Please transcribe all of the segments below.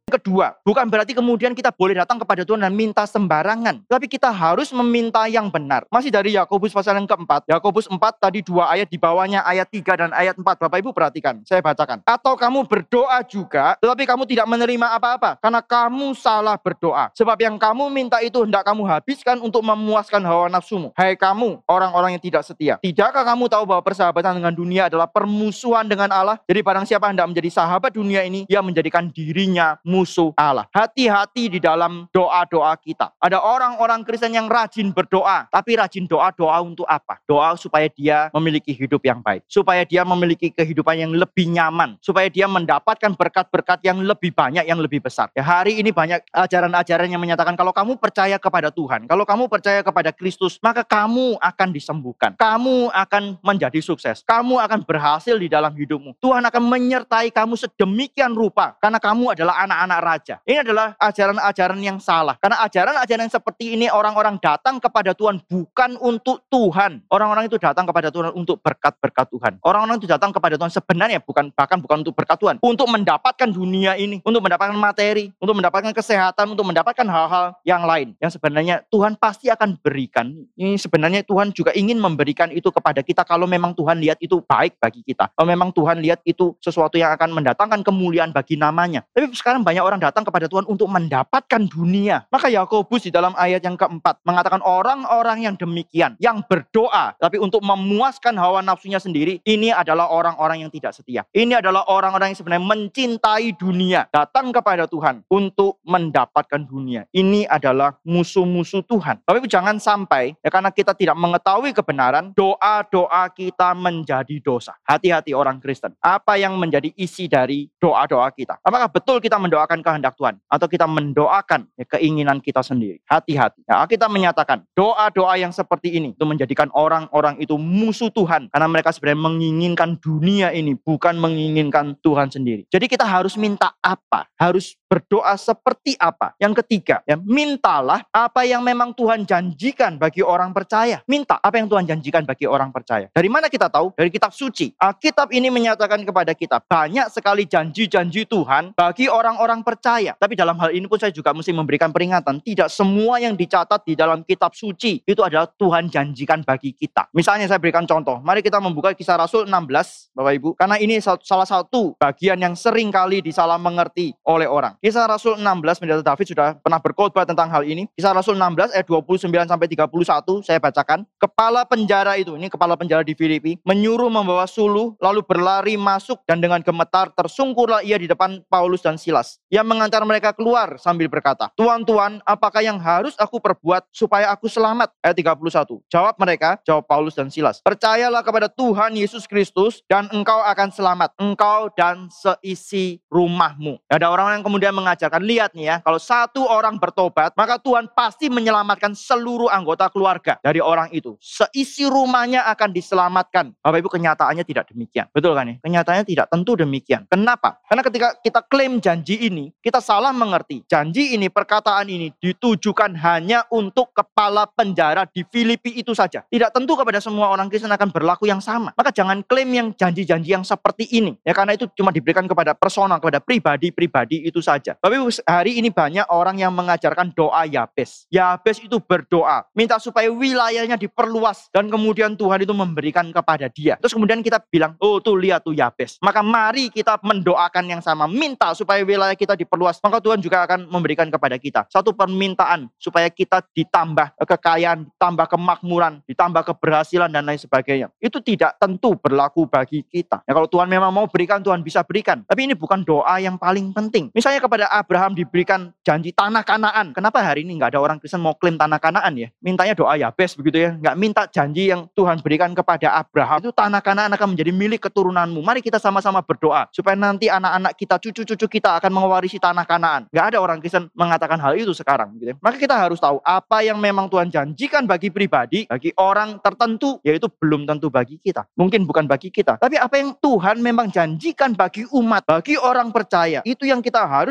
Kedua, bukan berarti kemudian kita boleh datang kepada Tuhan dan minta sembarangan. Tapi kita harus meminta yang benar. Masih dari Yakobus pasal yang keempat. Yakobus 4 tadi 2 ayat di bawahnya ayat 3 dan ayat 4. Bapak Ibu perhatikan, saya bacakan. Atau kamu berdoa juga, tetapi kamu tidak menerima apa-apa. Karena kamu salah berdoa. Sebab yang kamu minta itu hendak kamu habiskan untuk memuaskan hawa nafsumu. Hai kamu, orang-orang yang tidak setia. Tidakkah kamu tahu bahwa persahabatan dengan dunia adalah permusuhan dengan Allah? Jadi barang siapa hendak menjadi sahabat dunia ini, ia menjadikan dirinya musuh Allah. Hati-hati di dalam doa-doa kita. Ada orang-orang Kristen yang rajin berdoa, tapi rajin doa untuk apa? Doa supaya dia memiliki hidup yang baik, supaya dia memiliki kehidupan yang lebih nyaman, supaya dia mendapatkan berkat-berkat yang lebih banyak, yang lebih besar. Ya, hari ini banyak ajaran-ajaran yang menyatakan kalau kamu percaya kepada Tuhan, kalau kamu percaya kepada Kristus, maka kamu akan disembuhkan, kamu akan menjadi sukses, kamu akan berhasil di dalam hidupmu. Tuhan akan menyertai kamu sedemikian rupa karena kamu adalah anak-anak raja. Ini adalah ajaran-ajaran yang salah. Karena ajaran-ajaran yang seperti ini, orang-orang datang kepada Tuhan bukan untuk Tuhan. Orang-orang itu datang kepada Tuhan untuk berkat-berkat Tuhan. Orang-orang itu datang kepada Tuhan sebenarnya bahkan bukan untuk berkat Tuhan, untuk mendapatkan dunia ini, untuk mendapatkan materi, untuk mendapatkan kesehatan, untuk mendapatkan hal-hal yang lain yang sebenarnya Tuhan pasti akan berikan. Ini sebenarnya Tuhan juga ingin memberikan itu kepada kita kalau memang Tuhan lihat itu baik bagi kita. Kalau memang Tuhan lihat itu sesuatu yang akan mendatangkan kemuliaan bagi namanya. Tapi sekarang banyak orang datang kepada Tuhan untuk mendapatkan dunia. Maka Yakobus di dalam ayat yang keempat mengatakan orang-orang yang demikian, yang berdoa tapi untuk memuaskan hawa nafsunya sendiri, ini adalah orang-orang yang tidak setia. Ini adalah orang-orang yang sebenarnya mencintai dunia, datang kepada Tuhan untuk mendapatkan dunia. Ini adalah musuh-musuh Tuhan. Tapi jangan sampai ya, karena kita tidak mengetahui kebenaran, doa-doa kita menjadi dosa. Hati-hati orang Kristen. Apa yang menjadi isi dari doa-doa kita? Apakah betul kita mendoakan kehendak Tuhan atau kita mendoakan ya, keinginan kita sendiri? Hati-hati. Ya, kita menyatakan doa-doa yang seperti ini itu menjadikan orang-orang itu musuh Tuhan karena mereka sebenarnya menginginkan dunia ini, bukan menginginkan Tuhan sendiri. Jadi kita harus minta apa? Harus berdoa seperti apa? Yang ketiga, ya, mintalah apa yang memang Tuhan janjikan bagi orang percaya. Minta apa yang Tuhan janjikan bagi orang percaya. Dari mana kita tahu? Dari kitab suci. Alkitab ini menyatakan kepada kita banyak sekali janji-janji Tuhan bagi orang-orang percaya. Tapi dalam hal ini pun saya juga mesti memberikan peringatan. Tidak semua yang dicatat di dalam kitab suci itu adalah Tuhan janjikan bagi kita. Misalnya saya berikan contoh. Mari kita membuka Kisah Rasul 16, Bapak Ibu. Karena ini salah satu bagian yang sering kali disalah mengerti oleh orang. Kisah Rasul 16, Pendeta David sudah pernah berkhotbah tentang hal ini. Kisah Rasul 16 ayat 29 sampai 31 saya bacakan. Kepala penjara itu, ini kepala penjara di Filipi, menyuruh membawa suluh lalu berlari masuk dan dengan gemetar tersungkurlah ia di depan Paulus dan Silas. Ia mengantar mereka keluar sambil berkata, "Tuan-tuan, apakah yang harus aku perbuat supaya aku selamat?" Ayat 31. Jawab mereka, jawab Paulus dan Silas, "Percayalah kepada Tuhan Yesus Kristus dan engkau akan selamat, engkau dan seisi rumahmu." Ada orang yang kemudian mengajarkan, lihat nih ya, kalau satu orang bertobat, maka Tuhan pasti menyelamatkan seluruh anggota keluarga dari orang itu. Seisi rumahnya akan diselamatkan. Bapak Ibu, kenyataannya tidak demikian. Betul kan ya? Kenyataannya tidak tentu demikian. Kenapa? Karena ketika kita klaim janji ini, kita salah mengerti. Janji ini, perkataan ini ditujukan hanya untuk kepala penjara di Filipi itu saja. Tidak tentu kepada semua orang Kristen akan berlaku yang sama. Maka jangan klaim yang janji-janji yang seperti ini. Ya, karena itu cuma diberikan kepada personal, kepada pribadi-pribadi itu saja. Tapi hari ini banyak orang yang mengajarkan doa Yabes. Yabes itu berdoa, minta supaya wilayahnya diperluas dan kemudian Tuhan itu memberikan kepada dia. Terus kemudian kita bilang, oh tuh lihat tuh Yabes. Maka mari kita mendoakan yang sama, minta supaya wilayah kita diperluas. Maka Tuhan juga akan memberikan kepada kita satu permintaan supaya kita ditambah kekayaan, ditambah kemakmuran, ditambah keberhasilan dan lain sebagainya. Itu tidak tentu berlaku bagi kita. Ya, kalau Tuhan memang mau berikan, Tuhan bisa berikan. Tapi ini bukan doa yang paling penting. Misalnya kepada Abraham diberikan janji tanah Kanaan. Kenapa hari ini nggak ada orang Kristen mau klaim tanah Kanaan ya? Mintanya doa Yabes begitu ya. Nggak minta janji yang Tuhan berikan kepada Abraham. Itu tanah Kanaan akan menjadi milik keturunanmu. Mari kita sama-sama berdoa supaya nanti anak-anak kita, cucu-cucu kita akan mewarisi tanah Kanaan. Nggak ada orang Kristen mengatakan hal itu sekarang. Gitu ya. Maka kita harus tahu apa yang memang Tuhan janjikan bagi pribadi, bagi orang tertentu, yaitu belum tentu bagi kita. Mungkin bukan bagi kita. Tapi apa yang Tuhan memang janjikan bagi umat, bagi orang percaya, itu yang kita harus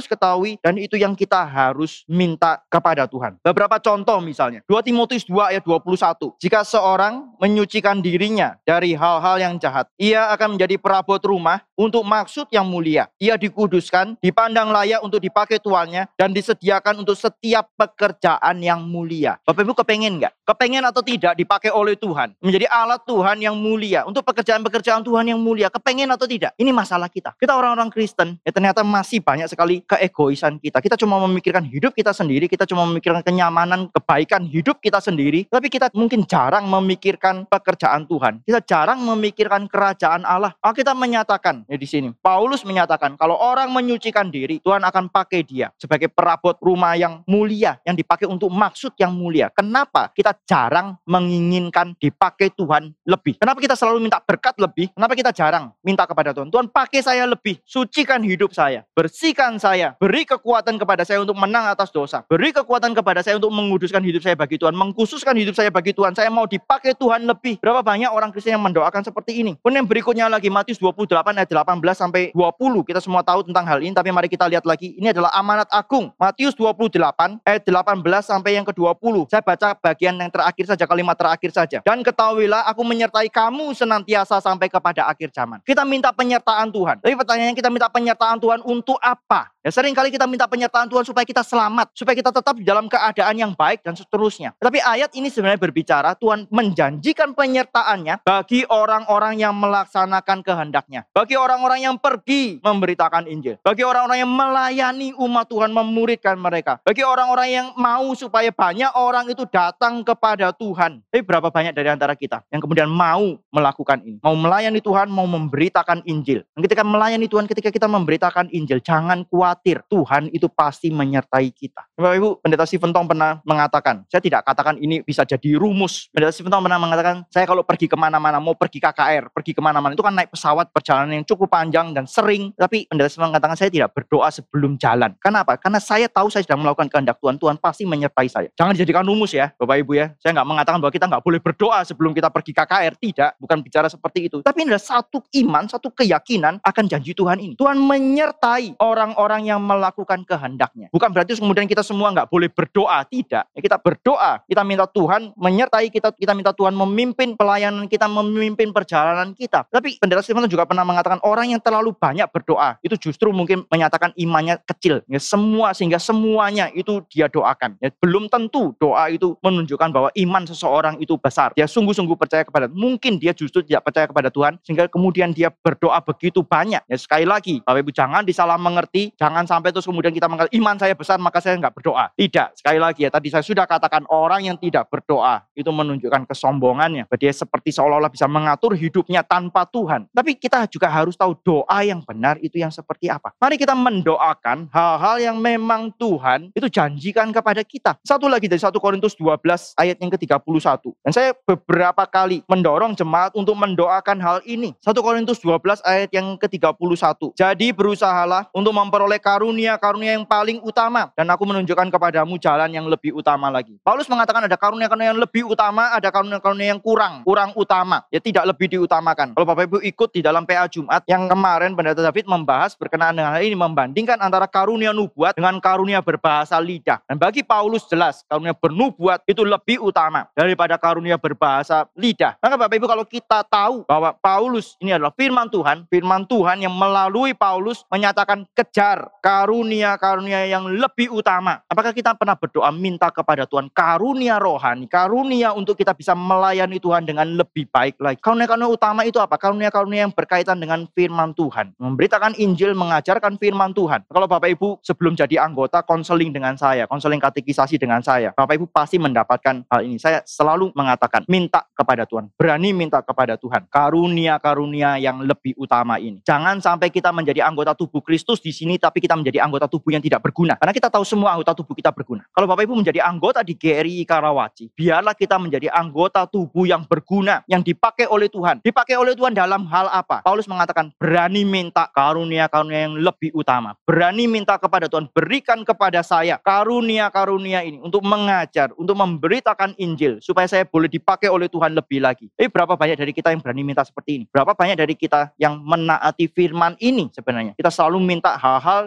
ketahui dan itu yang kita harus minta kepada Tuhan. Beberapa contoh misalnya, 2 Timotius 2 ayat 21. Jika seorang menyucikan dirinya dari hal-hal yang jahat, ia akan menjadi perabot rumah untuk maksud yang mulia. Ia dikuduskan, dipandang layak untuk dipakai tuannya, dan disediakan untuk setiap pekerjaan yang mulia. Bapak Ibu kepengen nggak? Kepengen atau tidak dipakai oleh Tuhan? Menjadi alat Tuhan yang mulia. Untuk pekerjaan-pekerjaan Tuhan yang mulia. Kepengen atau tidak? Ini masalah kita. Kita orang-orang Kristen, ya ternyata masih banyak sekali keegoisan kita. Kita cuma memikirkan hidup kita sendiri. Kita cuma memikirkan kenyamanan, kebaikan hidup kita sendiri. Tapi kita mungkin jarang memikirkan pekerjaan Tuhan. Kita jarang memikirkan kerajaan Allah. Kita menyatakan, ya di sini, Paulus menyatakan, kalau orang menyucikan diri, Tuhan akan pakai dia sebagai perabot rumah yang mulia, yang dipakai untuk maksud yang mulia. Kenapa kita jarang menginginkan dipakai Tuhan lebih? Kenapa kita selalu minta berkat lebih? Kenapa kita jarang minta kepada Tuhan? Tuhan pakai saya lebih, sucikan hidup saya, bersihkan saya, beri kekuatan kepada saya untuk menang atas dosa, beri kekuatan kepada saya untuk menguduskan hidup saya bagi Tuhan, mengkhususkan hidup saya bagi Tuhan. Saya mau dipakai Tuhan lebih. Berapa banyak orang Kristen yang mendoakan seperti ini? Kemudian berikutnya lagi Matius 28 ayat 18 sampai 20. Kita semua tahu tentang hal ini, tapi mari kita lihat lagi. Ini adalah amanat agung. Matius 28 ayat 18 sampai yang ke-20. Saya baca bagian yang terakhir saja, kalimat terakhir saja. Dan ketahuilah aku menyertai kamu senantiasa sampai kepada akhir zaman. Kita minta penyertaan Tuhan. Tapi pertanyaannya, kita minta penyertaan Tuhan untuk apa? Ya, seringkali kita minta penyertaan Tuhan supaya kita selamat, supaya kita tetap di dalam keadaan yang baik dan seterusnya. Tapi ayat ini sebenarnya berbicara Tuhan menjanjikan penyertaannya bagi orang-orang yang melaksanakan kehendaknya, bagi orang-orang yang pergi memberitakan Injil, bagi orang-orang yang melayani umat Tuhan, memuridkan mereka, bagi orang-orang yang mau supaya banyak orang itu datang kepada Tuhan. Tapi berapa banyak dari antara kita yang kemudian mau melakukan ini, mau melayani Tuhan, mau memberitakan Injil? Dan ketika melayani Tuhan, ketika kita memberitakan Injil, jangan khawatir, Tuhan itu pasti menyertai kita. Bapak Ibu, Pendeta Stephen Tong pernah mengatakan, saya tidak katakan ini bisa jadi rumus. Pendeta Stephen Tong pernah mengatakan, saya kalau pergi kemana-mana, mau pergi KKR, pergi kemana-mana, itu kan naik pesawat, perjalanan yang cukup panjang dan sering. Tapi Pendeta Stephen mengatakan, saya tidak berdoa sebelum jalan. Kenapa? Karena saya tahu saya sedang melakukan kehendak Tuhan, Tuhan pasti menyertai saya. Jangan dijadikan rumus ya, Bapak Ibu ya. Saya nggak mengatakan bahwa kita nggak boleh berdoa sebelum kita pergi KKR. Tidak, bukan bicara seperti itu. Tapi ini adalah satu iman, satu keyakinan akan janji Tuhan ini. Tuhan menyertai orang-orang yang melakukan kehendaknya. Bukan berarti kemudian kita semua nggak boleh berdoa. Tidak. Ya, kita berdoa, kita minta Tuhan menyertai kita, kita minta Tuhan memimpin pelayanan kita, memimpin perjalanan kita. Tapi Pendeta Stephen juga pernah mengatakan, orang yang terlalu banyak berdoa, itu justru mungkin menyatakan imannya kecil. Ya, sehingga semuanya itu dia doakan. Ya, belum tentu doa itu menunjukkan bahwa iman seseorang itu besar. Dia sungguh-sungguh percaya kepada Tuhan. Mungkin dia justru tidak percaya kepada Tuhan, sehingga kemudian dia berdoa begitu banyak. Ya, sekali lagi, Bapak Ibu jangan disalah mengerti, jangan sampai terus kemudian kita mengatakan iman saya besar maka saya nggak berdoa. Tidak, sekali lagi ya, tadi saya sudah katakan, orang yang tidak berdoa itu menunjukkan kesombongannya. Dia seperti seolah-olah bisa mengatur hidupnya tanpa Tuhan. Tapi kita juga harus tahu doa yang benar itu yang seperti apa. Mari kita mendoakan hal-hal yang memang Tuhan itu janjikan kepada kita. Satu lagi dari 1 Korintus 12 ayat yang ke-31. Dan saya beberapa kali mendorong jemaat untuk mendoakan hal ini. 1 Korintus 12 ayat yang ke-31. Jadi berusahalah untuk memperoleh karunia-karunia yang paling utama, dan aku menunjukkan kepadamu jalan yang lebih utama lagi. Paulus mengatakan ada karunia-karunia yang lebih utama, ada karunia-karunia yang kurang utama. Ya, tidak lebih diutamakan. Kalau Bapak Ibu ikut di dalam PA Jumat yang kemarin, Pendeta David membahas berkenaan dengan hal ini, membandingkan antara karunia nubuat dengan karunia berbahasa lidah. Dan bagi Paulus jelas, karunia bernubuat itu lebih utama daripada karunia berbahasa lidah. Maka Bapak Ibu, kalau kita tahu bahwa Paulus ini adalah firman Tuhan yang melalui Paulus menyatakan kejar karunia-karunia yang lebih utama. Apakah kita pernah berdoa minta kepada Tuhan karunia rohani, karunia untuk kita bisa melayani Tuhan dengan lebih baik lagi? Karunia-karunia utama itu apa? Karunia-karunia yang berkaitan dengan firman Tuhan, memberitakan Injil, mengajarkan firman Tuhan. Kalau Bapak Ibu sebelum jadi anggota konseling dengan saya, konseling katekisasi dengan saya, Bapak Ibu pasti mendapatkan hal ini. Saya selalu mengatakan, minta kepada Tuhan, berani minta kepada Tuhan karunia-karunia yang lebih utama ini. Jangan sampai kita menjadi anggota tubuh Kristus di sini, tapi kita menjadi anggota tubuh yang tidak berguna. Karena kita tahu semua anggota tubuh kita berguna. Kalau Bapak Ibu menjadi anggota di GRI Karawaci, biarlah kita menjadi anggota tubuh yang berguna, yang dipakai oleh Tuhan. Dipakai oleh Tuhan dalam hal apa? Paulus mengatakan, berani minta karunia-karunia yang lebih utama. Berani minta kepada Tuhan, berikan kepada saya karunia-karunia ini untuk mengajar, untuk memberitakan Injil, supaya saya boleh dipakai oleh Tuhan lebih lagi. Berapa banyak dari kita yang berani minta seperti ini? Berapa banyak dari kita yang menaati firman ini sebenarnya? Kita selalu minta hal-hal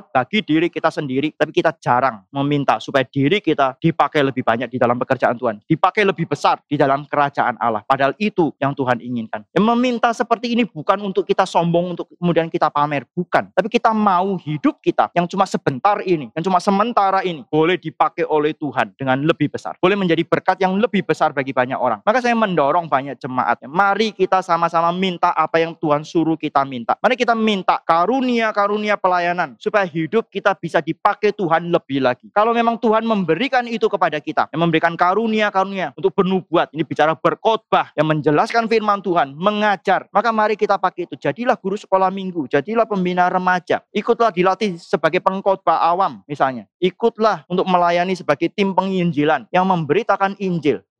hal bagi diri kita sendiri, tapi kita jarang meminta supaya diri kita dipakai lebih banyak di dalam pekerjaan Tuhan, dipakai lebih besar di dalam kerajaan Allah. Padahal itu yang Tuhan inginkan. Yang meminta seperti ini bukan untuk kita sombong, untuk kemudian kita pamer, bukan. Tapi kita mau hidup kita yang cuma sebentar ini, yang cuma sementara ini, boleh dipakai oleh Tuhan dengan lebih besar. Boleh menjadi berkat yang lebih besar bagi banyak orang. Maka saya mendorong banyak jemaat. Mari kita sama-sama minta apa yang Tuhan suruh kita minta. Mari kita minta karunia-karunia pelayanan supaya hidup kita bisa dipakai Tuhan lebih lagi. Kalau memang Tuhan memberikan itu kepada kita, yang memberikan karunia-karunia untuk bernubuat, ini bicara berkhotbah, yang menjelaskan firman Tuhan, mengajar, maka mari kita pakai itu. Jadilah guru sekolah minggu, jadilah pembina remaja, ikutlah dilatih sebagai pengkhotbah awam misalnya, ikutlah untuk melayani sebagai tim penginjilan yang memberitakan Injil.